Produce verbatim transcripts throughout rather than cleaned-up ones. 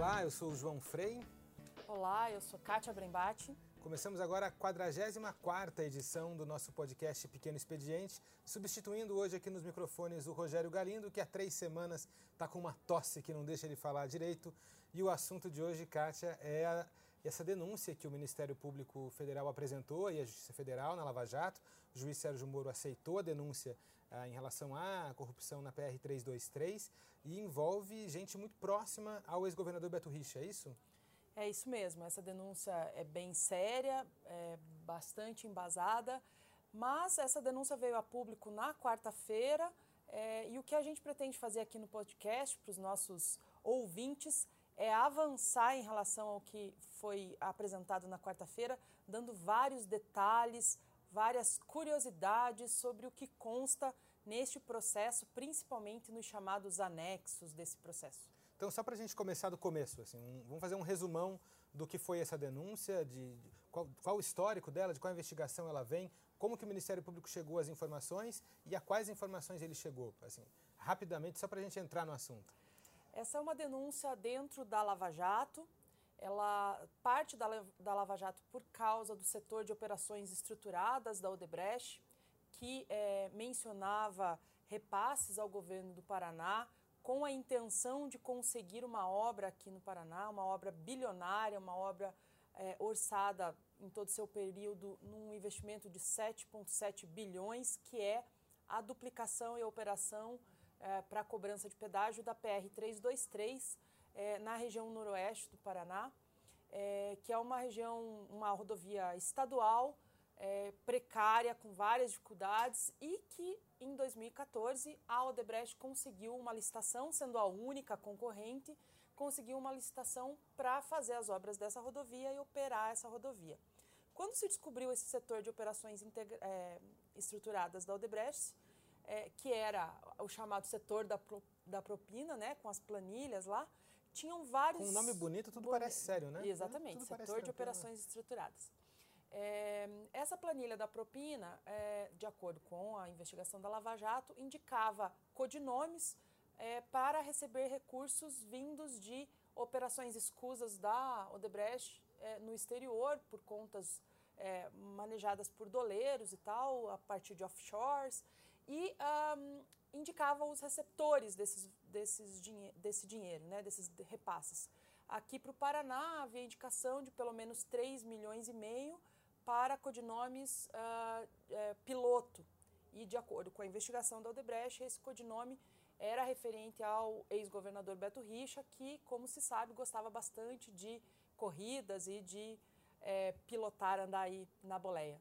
Olá, eu sou o João Frei. Olá, eu sou Kátia Brembati. Começamos agora a quadragésima quarta edição do nosso podcast Pequeno Expediente, substituindo hoje aqui nos microfones o Rogério Galindo, que há três semanas está com uma tosse que não deixa ele falar direito. E o assunto de hoje, Kátia, é a, essa denúncia que o Ministério Público Federal apresentou e a Justiça Federal na Lava Jato. O juiz Sérgio Moro aceitou a denúncia ah, em relação à corrupção na P R trezentos e vinte e três e envolve gente muito próxima ao ex-governador Beto Richa, é isso? É isso mesmo, essa denúncia é bem séria, é bastante embasada, mas essa denúncia veio a público na quarta-feira é, e o que a gente pretende fazer aqui no podcast para os nossos ouvintes é avançar em relação ao que foi apresentado na quarta-feira, dando vários detalhes, várias curiosidades sobre o que consta neste processo, principalmente nos chamados anexos desse processo. Então, só para a gente começar do começo, assim, um, vamos fazer um resumão do que foi essa denúncia, de, de qual, qual o histórico dela, de qual investigação ela vem, como que o Ministério Público chegou às informações e a quais informações ele chegou, assim, rapidamente, só para a gente entrar no assunto. Essa é uma denúncia dentro da Lava Jato, ela parte da, da Lava Jato por causa do setor de operações estruturadas da Odebrecht, que é, mencionava repasses ao governo do Paraná, com a intenção de conseguir uma obra aqui no Paraná, uma obra bilionária, uma obra é, orçada em todo o seu período num investimento de sete vírgula sete bilhões, que é a duplicação e a operação é, para a cobrança de pedágio da P R trezentos e vinte e três é, na região noroeste do Paraná, é, que é uma região, uma rodovia estadual, é, precária, com várias dificuldades e que em dois mil e quatorze, a Odebrecht conseguiu uma licitação, sendo a única concorrente, conseguiu uma licitação para fazer as obras dessa rodovia e operar essa rodovia. Quando se descobriu esse setor de operações integra- é, estruturadas da Odebrecht, é, que era o chamado setor da, pro, da propina, né, com as planilhas lá, tinham vários... Com um nome bonito, tudo boni- parece sério, né? Exatamente, Tudo setor de operações estruturadas. É, essa planilha da propina, é, de acordo com a investigação da Lava Jato, indicava codinomes é, para receber recursos vindos de operações escusas da Odebrecht é, no exterior, por contas é, manejadas por doleiros e tal, a partir de offshores, e um, indicava os receptores desses, desses dinhe- desse dinheiro, né, desses repasses. Aqui para o Paraná havia indicação de pelo menos três milhões e meio para codinomes uh, uh, piloto. E, de acordo com a investigação da Odebrecht, esse codinome era referente ao ex-governador Beto Richa, que, como se sabe, gostava bastante de corridas e de uh, pilotar, andar aí na boleia.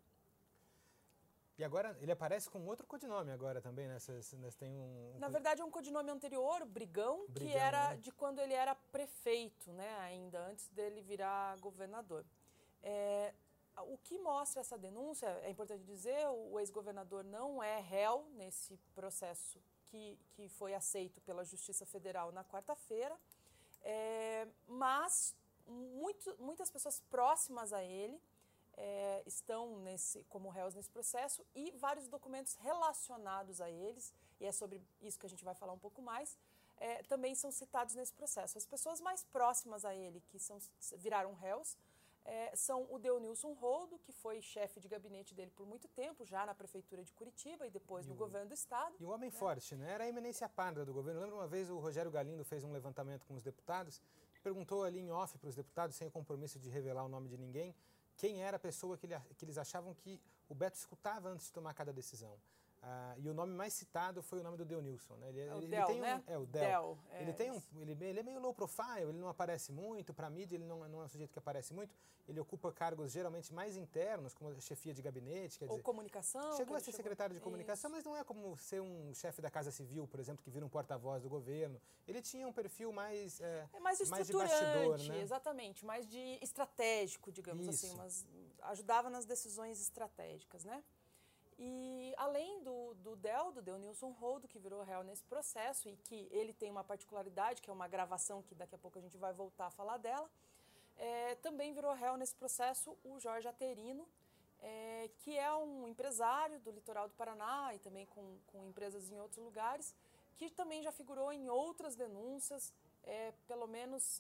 E agora ele aparece com outro codinome agora também, né? Cês, cês tem um, um... Na verdade, é um codinome anterior, o Brigão, Brigão, que era né? de quando ele era prefeito, né? Ainda antes dele virar governador. É, O que mostra essa denúncia, é importante dizer, o ex-governador não é réu nesse processo que, que foi aceito pela Justiça Federal na quarta-feira, é, mas muito, muitas pessoas próximas a ele é, estão nesse, como réus nesse processo e vários documentos relacionados a eles, e é sobre isso que a gente vai falar um pouco mais, é, também são citados nesse processo. As pessoas mais próximas a ele, que são, viraram réus, É, são o Deonilson Roldo, que foi chefe de gabinete dele por muito tempo, já na prefeitura de Curitiba e depois E no o, governo do estado. E o homem né? forte, né? Era a eminência parda do governo. Lembra uma vez o Rogério Galindo fez um levantamento com os deputados, perguntou ali em off para os deputados, sem o compromisso de revelar o nome de ninguém, quem era a pessoa que, ele, que eles achavam que o Beto escutava antes de tomar cada decisão. Ah, e o nome mais citado foi o nome do Deonilson, né? Ele, É o ele, Del, ele tem um, né? É o Del. Del, é, ele, tem um, ele, ele é meio low profile, ele não aparece muito, para a mídia ele não, não é um sujeito que aparece muito, ele ocupa cargos geralmente mais internos, como a chefia de gabinete. Quer Ou dizer, comunicação. Chegou a ser chegou... secretário de comunicação, Isso. mas não é como ser um chefe da Casa Civil, por exemplo, que vira um porta-voz do governo. Ele tinha um perfil mais é, É mais mais de estruturante, bastidor, né? Exatamente, mais de estratégico, digamos Isso. assim, mas ajudava nas decisões estratégicas, né? E além do, do Del, do Deonilson Roldo, que virou réu nesse processo e que ele tem uma particularidade, que é uma gravação que daqui a pouco a gente vai voltar a falar dela, é, também virou réu nesse processo o Jorge Aterino, é, que é um empresário do litoral do Paraná e também com, com empresas em outros lugares, que também já figurou em outras denúncias, é, pelo menos a,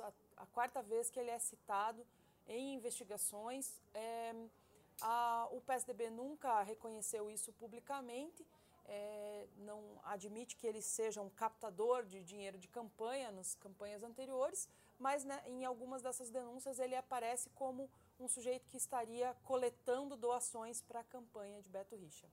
a quarta vez que ele é citado em investigações. É, a, o P S D B nunca reconheceu isso publicamente, é, não admite que ele seja um captador de dinheiro de campanha nas campanhas anteriores, mas né, em algumas dessas denúncias ele aparece como um sujeito que estaria coletando doações para a campanha de Beto Richa.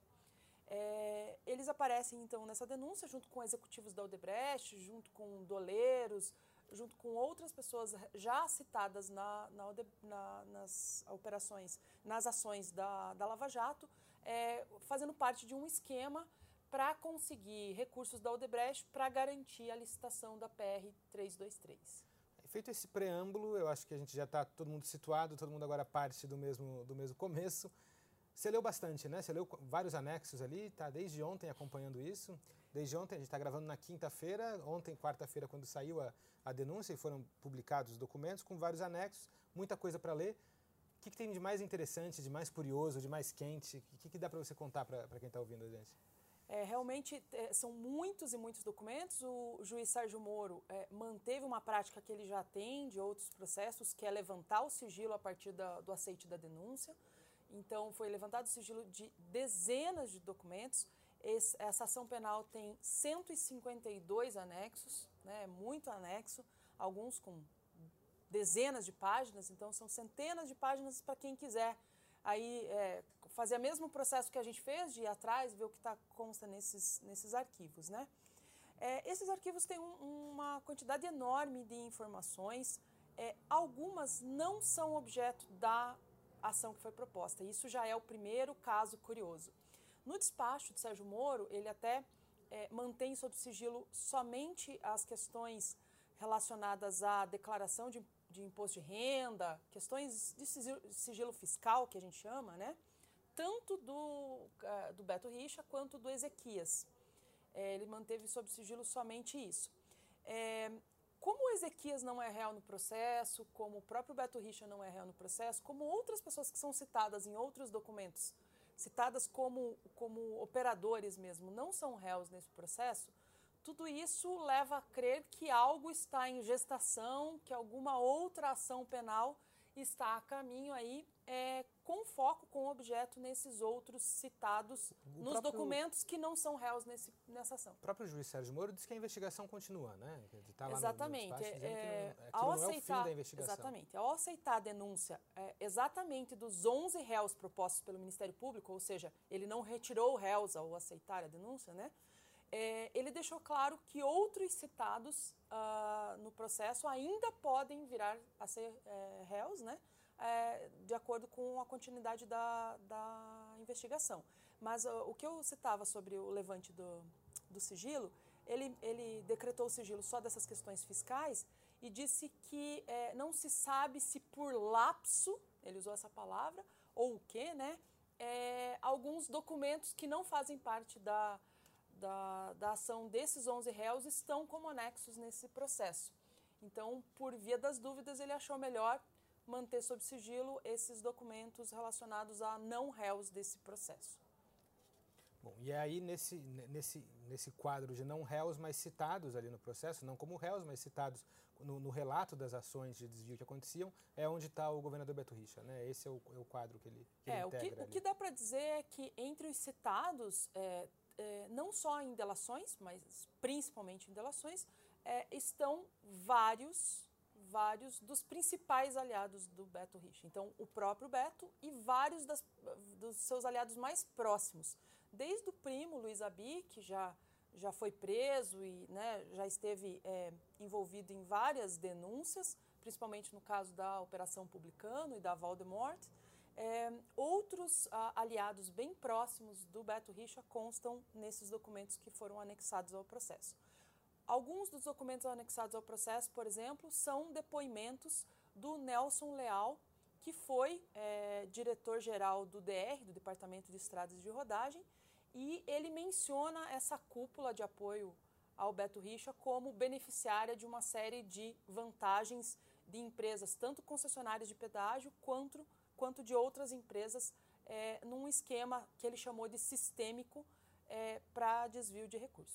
É, eles aparecem, então, nessa denúncia, junto com executivos da Odebrecht, junto com doleiros, junto com outras pessoas já citadas na, na, na, nas operações, nas ações da, da Lava Jato, é, fazendo parte de um esquema para conseguir recursos da Odebrecht para garantir a licitação da P R trezentos e vinte e três. Feito esse preâmbulo, eu acho que a gente já está todo mundo situado, todo mundo agora parte do mesmo, do mesmo começo. Você leu bastante, né? Você leu vários anexos ali, está desde ontem acompanhando isso. Desde ontem, a gente está gravando na quinta-feira, ontem, quarta-feira, quando saiu a, a denúncia e foram publicados os documentos com vários anexos, muita coisa para ler. O que, que tem de mais interessante, de mais curioso, de mais quente? O que, que dá para você contar para quem está ouvindo a gente? É, realmente é, são muitos e muitos documentos. O juiz Sérgio Moro é, manteve uma prática que ele já tem de outros processos, que é levantar o sigilo a partir da, do aceite da denúncia. Então, foi levantado o sigilo de dezenas de documentos. Esse, essa ação penal tem cento e cinquenta e dois anexos, né, muito anexo, alguns com dezenas de páginas, então são centenas de páginas para quem quiser aí é, fazer o mesmo processo que a gente fez, de ir atrás, ver o que tá, consta nesses, nesses arquivos, né? É, esses arquivos têm um, uma quantidade enorme de informações, é, algumas não são objeto da ação que foi proposta, isso já é o primeiro caso curioso. No despacho de Sérgio Moro, ele até é, mantém sob sigilo somente as questões relacionadas à declaração de de imposto de renda, questões de sigilo, sigilo fiscal, que a gente chama, né? Tanto do, uh, do Beto Richa quanto do Ezequias. É, ele manteve sob sigilo somente isso. É, como o Ezequias não é réu no processo, como o próprio Beto Richa não é réu no processo, como outras pessoas que são citadas em outros documentos, citadas como, como operadores mesmo, não são réus nesse processo, tudo isso leva a crer que algo está em gestação, que alguma outra ação penal está a caminho aí, é, com foco, com objeto nesses outros citados o nos próprio, documentos que não são réus nesse, nessa ação. O próprio juiz Sérgio Moro disse que a investigação continua, né? Ele tá lá exatamente. No, no despacho, dizendo é, que não, ao não aceitar, é o fim da investigação. Exatamente. Ao aceitar a denúncia é, exatamente dos onze réus propostos pelo Ministério Público, ou seja, ele não retirou réus ao aceitar a denúncia, né? É, ele deixou claro que outros citados uh, no processo ainda podem virar a ser é, réus, né, é, de acordo com a continuidade da, da investigação. Mas uh, o que eu citava sobre o levante do, do sigilo, ele, ele decretou o sigilo só dessas questões fiscais e disse que é, não se sabe se por lapso, ele usou essa palavra, ou o quê, né, é, alguns documentos que não fazem parte da Da, da ação desses onze réus estão como anexos nesse processo. Então, por via das dúvidas, ele achou melhor manter sob sigilo esses documentos relacionados a não réus desse processo. Bom, e aí nesse, nesse, nesse quadro de não réus, mas citados ali no processo, não como réus, mas citados no, no relato das ações de desvio que aconteciam, é onde está o governador Beto Richa, né? Esse é o, é o quadro que ele, que é, ele integra. O que, o que dá para dizer é que entre os citados, é, é, não só em delações, mas principalmente em delações, é, estão vários, vários dos principais aliados do Beto Richa. Então, o próprio Beto e vários das, dos seus aliados mais próximos. Desde o primo, Luiz Abi, que já, já foi preso e, né, já esteve é, envolvido em várias denúncias, principalmente no caso da Operação Publicano e da Voldemort. É, outros a, aliados bem próximos do Beto Richa constam nesses documentos que foram anexados ao processo. Alguns dos documentos anexados ao processo, por exemplo, são depoimentos do Nelson Leal, que foi é, diretor-geral do D R, do Departamento de Estradas de Rodagem, e ele menciona essa cúpula de apoio ao Beto Richa como beneficiária de uma série de vantagens de empresas, tanto concessionárias de pedágio quanto, quanto de outras empresas, é, num esquema que ele chamou de sistêmico é, para desvio de recursos.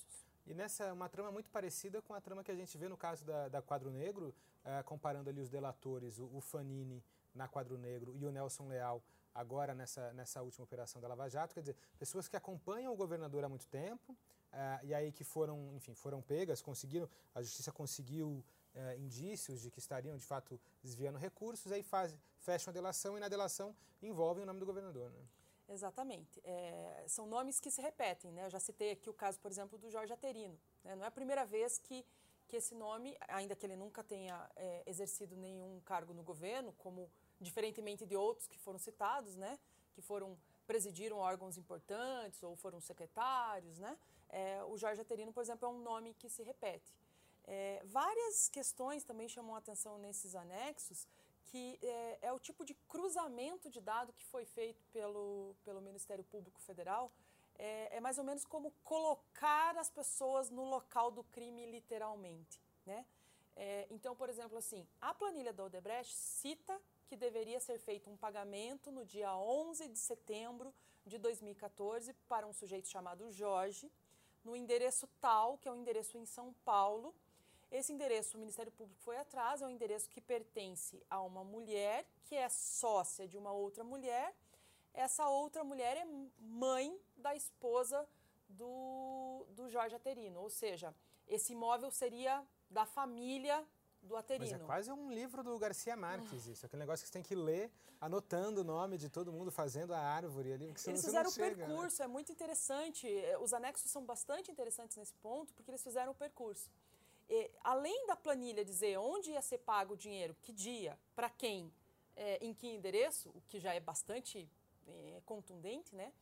E nessa, uma trama muito parecida com a trama que a gente vê no caso da, da Quadro Negro, uh, comparando ali os delatores, o, o Fanini na Quadro Negro e o Nelson Leal agora nessa, nessa última operação da Lava Jato, quer dizer, pessoas que acompanham o governador há muito tempo, uh, e aí que foram, enfim, foram pegas, conseguiram, a justiça conseguiu uh, indícios de que estariam, de fato, desviando recursos, aí faz, fecham a delação e na delação envolvem o nome do governador, né? Exatamente. É, são nomes que se repetem, né? Eu já citei aqui o caso, por exemplo, do Jorge Aterino, né? Não é a primeira vez que, que esse nome, ainda que ele nunca tenha é, exercido nenhum cargo no governo, como diferentemente de outros que foram citados, né? Que foram, presidiram órgãos importantes ou foram secretários, né? É, o Jorge Aterino, por exemplo, é um nome que se repete. É, várias questões também chamam a atenção nesses anexos, que é, é o tipo de cruzamento de dado que foi feito pelo, pelo Ministério Público Federal, é, é mais ou menos como colocar as pessoas no local do crime literalmente, né? É, então, por exemplo, assim, a planilha da Odebrecht cita que deveria ser feito um pagamento no dia onze de setembro de dois mil e quatorze para um sujeito chamado Jorge, no endereço tal, que é um endereço em São Paulo. Esse endereço, o Ministério Público foi atrás, é um endereço que pertence a uma mulher, que é sócia de uma outra mulher. Essa outra mulher é mãe da esposa do, do Jorge Aterino, ou seja, esse imóvel seria da família do Aterino. Mas é quase um livro do Garcia Marques isso, aquele negócio que você tem que ler, anotando o nome de todo mundo, fazendo a árvore ali, porque senão eles você fizeram não chega, o percurso, né? É muito interessante, os anexos são bastante interessantes nesse ponto, porque eles fizeram o percurso. E, além da planilha dizer onde ia ser pago o dinheiro, que dia, para quem, é, em que endereço, o que já é bastante é, contundente, né?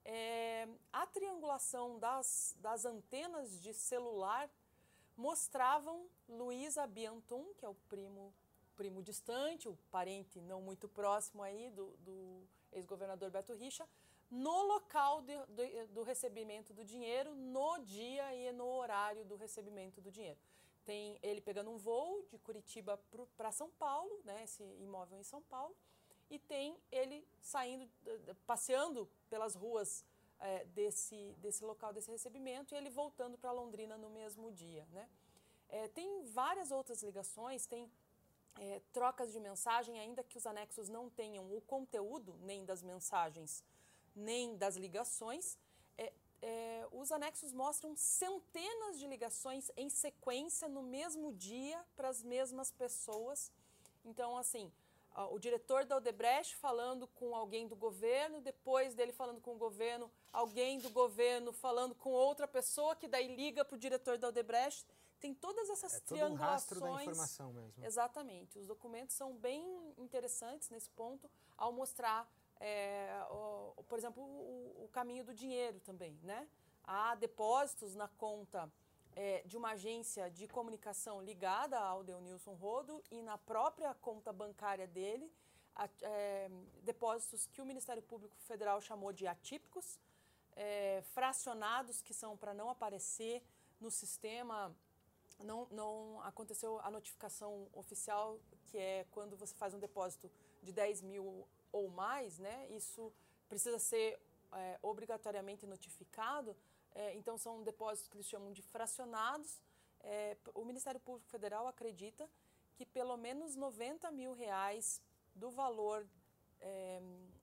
É, a triangulação das, das antenas de celular mostravam Luiz Abiantum, que é o primo, primo distante, o parente não muito próximo aí do, do ex-governador Beto Richa, no local de, do, do recebimento do dinheiro, no dia e no horário do recebimento do dinheiro. Tem ele pegando um voo de Curitiba para São Paulo, né, esse imóvel em São Paulo, e tem ele saindo, passeando pelas ruas é, desse, desse local, desse recebimento, e ele voltando para Londrina no mesmo dia, né? É, tem várias outras ligações, tem é, trocas de mensagem, ainda que os anexos não tenham o conteúdo nem das mensagens, nem das ligações, é, é, os anexos mostram centenas de ligações em sequência no mesmo dia para as mesmas pessoas. Então, assim, o diretor da Odebrecht falando com alguém do governo, depois dele falando com o governo, alguém do governo falando com outra pessoa, que daí liga para o diretor da Odebrecht. Tem todas essas é todo triangulações. Um rastro da informação mesmo. Exatamente. Os documentos são bem interessantes nesse ponto, ao mostrar, é, o, por exemplo, o, o caminho do dinheiro também, né? Há depósitos na conta é, de uma agência de comunicação ligada ao Deonilson Rodo e na própria conta bancária dele, a, é, depósitos que o Ministério Público Federal chamou de atípicos, é, fracionados, que são para não aparecer no sistema. Não, não aconteceu a notificação oficial, que é quando você faz um depósito de dez mil ou mais, né? Isso precisa ser é, obrigatoriamente notificado. É, então, são depósitos que eles chamam de fracionados. É, o Ministério Público Federal acredita que pelo menos noventa mil reais do valor é,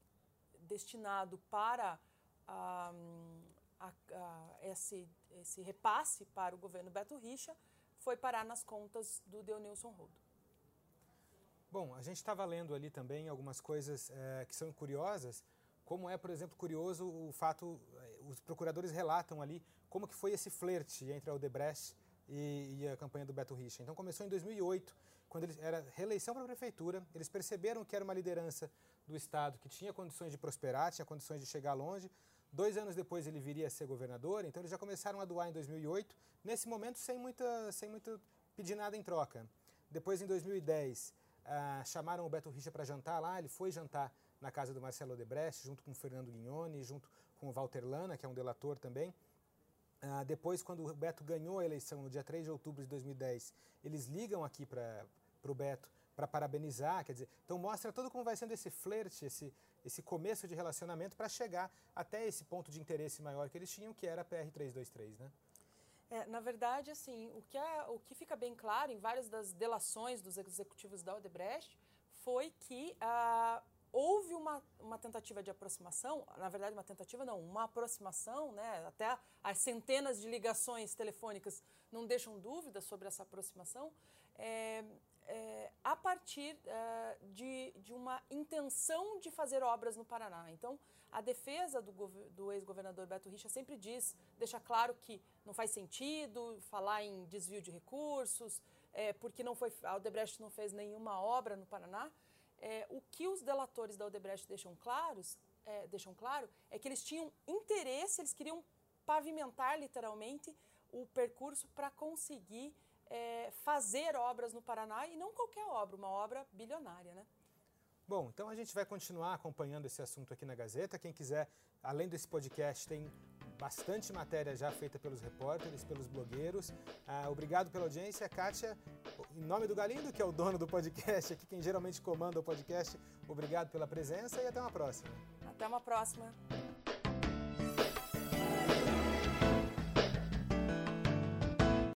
destinado para a, a, a esse, esse repasse para o governo Beto Richa foi parar nas contas do Deonilson Rodo. Bom, a gente estava lendo ali também algumas coisas é, que são curiosas, como é, por exemplo, curioso o fato, os procuradores relatam ali como que foi esse flerte entre a Odebrecht e, e a campanha do Beto Richa. Então começou em dois mil e oito, quando ele, era reeleição para a prefeitura, eles perceberam que era uma liderança do Estado que tinha condições de prosperar, tinha condições de chegar longe. Dois anos depois ele viria a ser governador, então eles já começaram a doar em dois mil e oito, nesse momento sem muita, sem muito pedir nada em troca. Depois, em dois mil e dez, ah, chamaram o Beto Richa para jantar lá, ele foi jantar na casa do Marcelo Odebrecht, junto com o Fernando Guignoni, junto com o Walter Lana, que é um delator também. Ah, depois, quando o Beto ganhou a eleição, no dia três de outubro de dois mil e dez, eles ligam aqui para o Beto para parabenizar, quer dizer, então mostra todo como vai sendo esse flerte, esse, esse começo de relacionamento para chegar até esse ponto de interesse maior que eles tinham, que era a P R trezentos e vinte e três, né? É, na verdade, assim, o que, é, o que fica bem claro em várias das delações dos executivos da Odebrecht foi que ah, houve uma, uma tentativa de aproximação, na verdade uma tentativa não, uma aproximação, né, até as centenas de ligações telefônicas não deixam dúvida sobre essa aproximação, é, é, a partir é, de, de uma intenção de fazer obras no Paraná. Então, a defesa do, do ex-governador Beto Richa sempre diz, deixa claro que não faz sentido falar em desvio de recursos, é, porque não foi, a Odebrecht não fez nenhuma obra no Paraná. É, o que os delatores da Odebrecht deixam, claros, é, deixam claro é que eles tinham interesse, eles queriam pavimentar literalmente o percurso para conseguir é, fazer obras no Paraná e não qualquer obra, uma obra bilionária, né? Bom, então a gente vai continuar acompanhando esse assunto aqui na Gazeta. Quem quiser, além desse podcast, tem bastante matéria já feita pelos repórteres, pelos blogueiros. Ah, obrigado pela audiência, Kátia. Em nome do Galindo, que é o dono do podcast aqui, quem geralmente comanda o podcast, obrigado pela presença e até uma próxima. Até uma próxima.